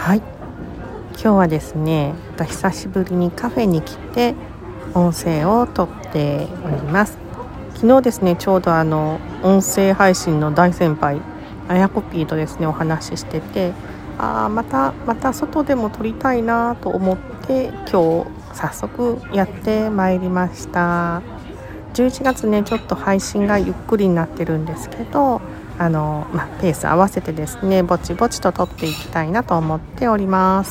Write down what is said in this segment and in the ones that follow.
はい、今日はですね、久しぶりにカフェに来て音声を撮っております。昨日ですね、ちょうど音声配信の大先輩あやこぴーとですねお話ししてて、また外でも撮りたいなと思って今日早速やってまいりました。11月ね、ちょっと配信がゆっくりになってるんですけど、ペース合わせてですね、ぼちぼちと撮っていきたいなと思っております。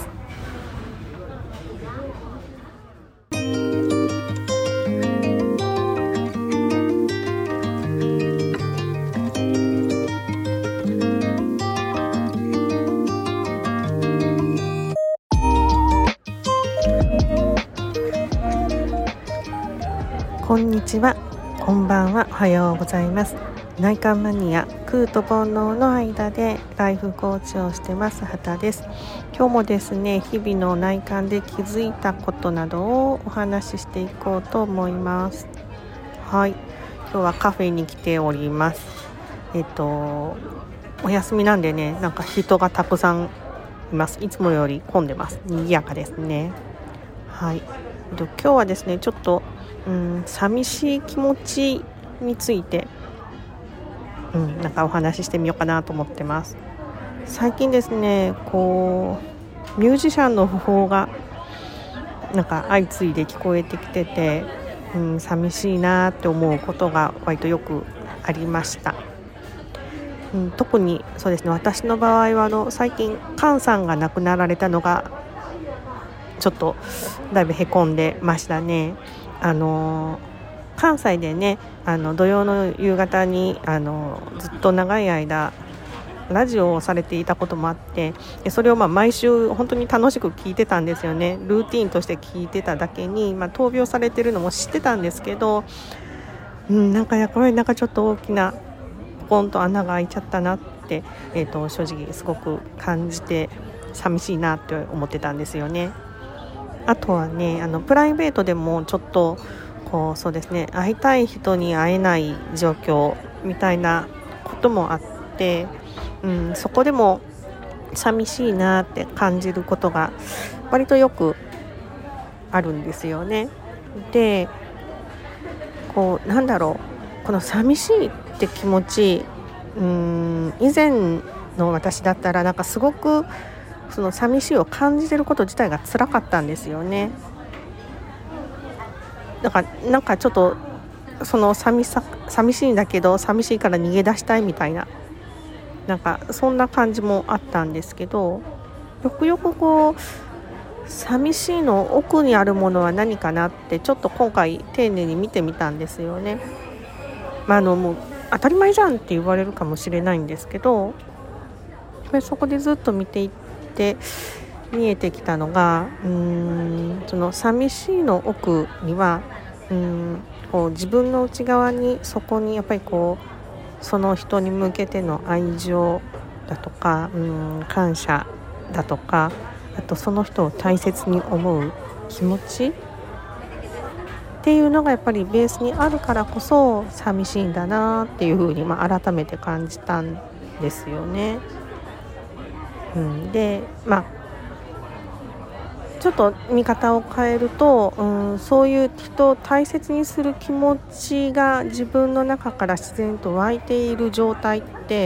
こんにちは、こんばんは、おはようございます。内観マニア、空と煩悩の間でライフコーチをしてます畑です。今日もですね、日々の内観で気づいたことなどをお話ししていこうと思います。はい、今日はカフェに来ております。お休みなんでね、なんか人がたくさんいます。いつもより混んでます。賑やかですね。はい、今日はですね、ちょっと寂しい気持ちについて、なんかお話ししてみようかなと思ってます。最近ですね、ミュージシャンの訃報がなんか相次いで聞こえてきてて、寂しいなって思うことが割とよくありました。特にそうですね、私の場合は最近菅さんが亡くなられたのがちょっとだいぶへこんでましたね。関西でね、土曜の夕方にずっと長い間ラジオをされていたこともあって、それを毎週本当に楽しく聞いてたんですよね。ルーティーンとして聞いてただけに、闘病されてるのも知ってたんですけど、なんかこれちょっと大きなポンと穴が開いちゃったなって、正直すごく感じて寂しいなって思ってたんですよね。あとはね、プライベートでもちょっとそうですね、会いたい人に会えない状況みたいなこともあって、そこでも寂しいなって感じることが割とよくあるんですよね。で、この寂しいって気持ち、以前の私だったらなんかすごくその寂しいを感じてること自体が辛かったんですよね。だからなんかちょっとその寂しいんだけど、寂しいから逃げ出したいみたいな、なんかそんな感じもあったんですけど、よくよく寂しいの奥にあるものは何かなってちょっと今回丁寧に見てみたんですよね。もう当たり前じゃんって言われるかもしれないんですけど、そこでずっと見ていって見えてきたのが、その寂しいの奥には自分の内側に、そこにやっぱりその人に向けての愛情だとか、感謝だとか、あとその人を大切に思う気持ちっていうのがやっぱりベースにあるからこそ寂しいんだなっていうふうに改めて感じたんですよね。で、ちょっと見方を変えると、そういう人を大切にする気持ちが自分の中から自然と湧いている状態って、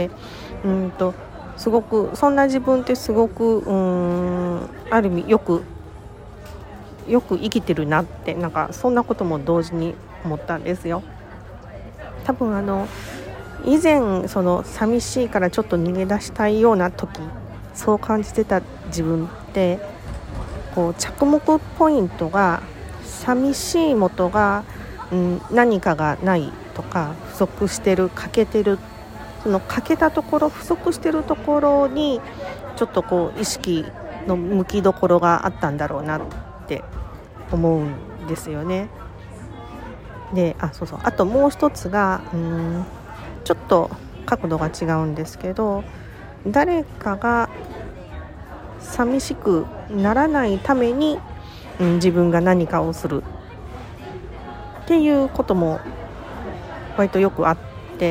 すごくそんな自分ってすごくある意味よく生きてるなって、なんかそんなことも同時に思ったんですよ。多分以前その寂しいからちょっと逃げ出したいような時、そう感じてた自分って着目ポイントが寂しい元が、何かがないとか不足してる、欠けてる、その欠けたところ、不足してるところにちょっと意識の向きどころがあったんだろうなって思うんですよね。で、あともう一つがちょっと角度が違うんですけど、誰かが寂しくならないために、自分が何かをするっていうことも割とよくあって、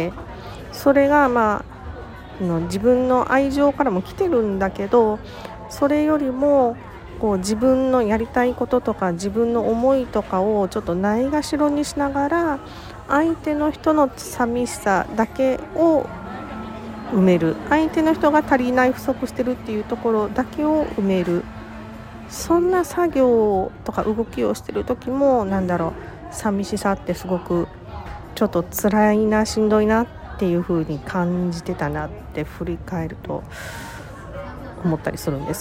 それが自分の愛情からも来てるんだけど、 それよりもこう自分のやりたいこととか自分の思いとかをちょっとないがしろにしながら、相手の人の寂しさだけを埋める、相手の人が足りない不足してるっていうところだけを埋める、そんな作業とか動きをしてる時も寂しさってすごくちょっと辛いな、しんどいなっていう風に感じてたなって振り返ると思ったりするんです。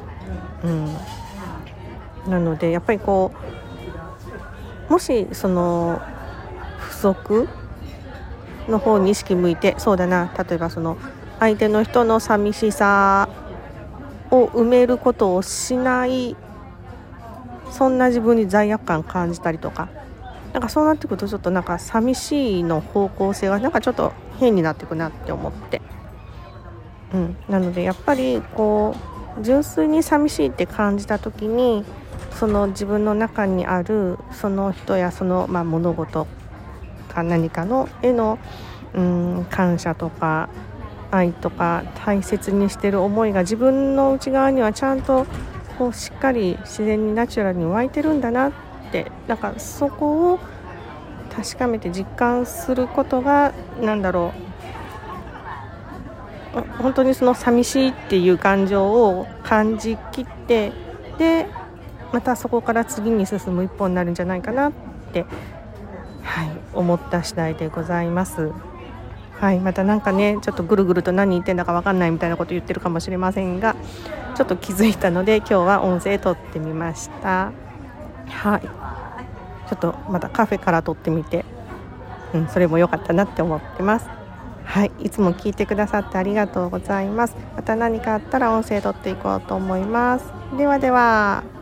なのでやっぱりこう、もしその不足の方に意識向いて、そうだな、例えばその相手の人の寂しさを埋めることをしない、そんな自分に罪悪感感じたりとか、そうなってくるとちょっと寂しいの方向性がちょっと変になっていくなって思って、なのでやっぱりこう純粋に寂しいって感じた時に、その自分の中にあるその人やその、物事か何かのへの感謝とか愛とか大切にしてる思いが自分の内側にはちゃんとこうしっかり自然にナチュラルに湧いてるんだなって、そこを確かめて実感することが本当にその寂しいっていう感情を感じきって、でまたそこから次に進む一歩になるんじゃないかなって、思った次第でございます。またちょっとぐるぐると何言ってんだか分かんないみたいなこと言ってるかもしれませんが、ちょっと気づいたので今日は音声撮ってみました。ちょっとまたカフェから撮ってみて、それも良かったなって思ってます。いつも聞いてくださってありがとうございます。また何かあったら音声撮っていこうと思います。ではでは。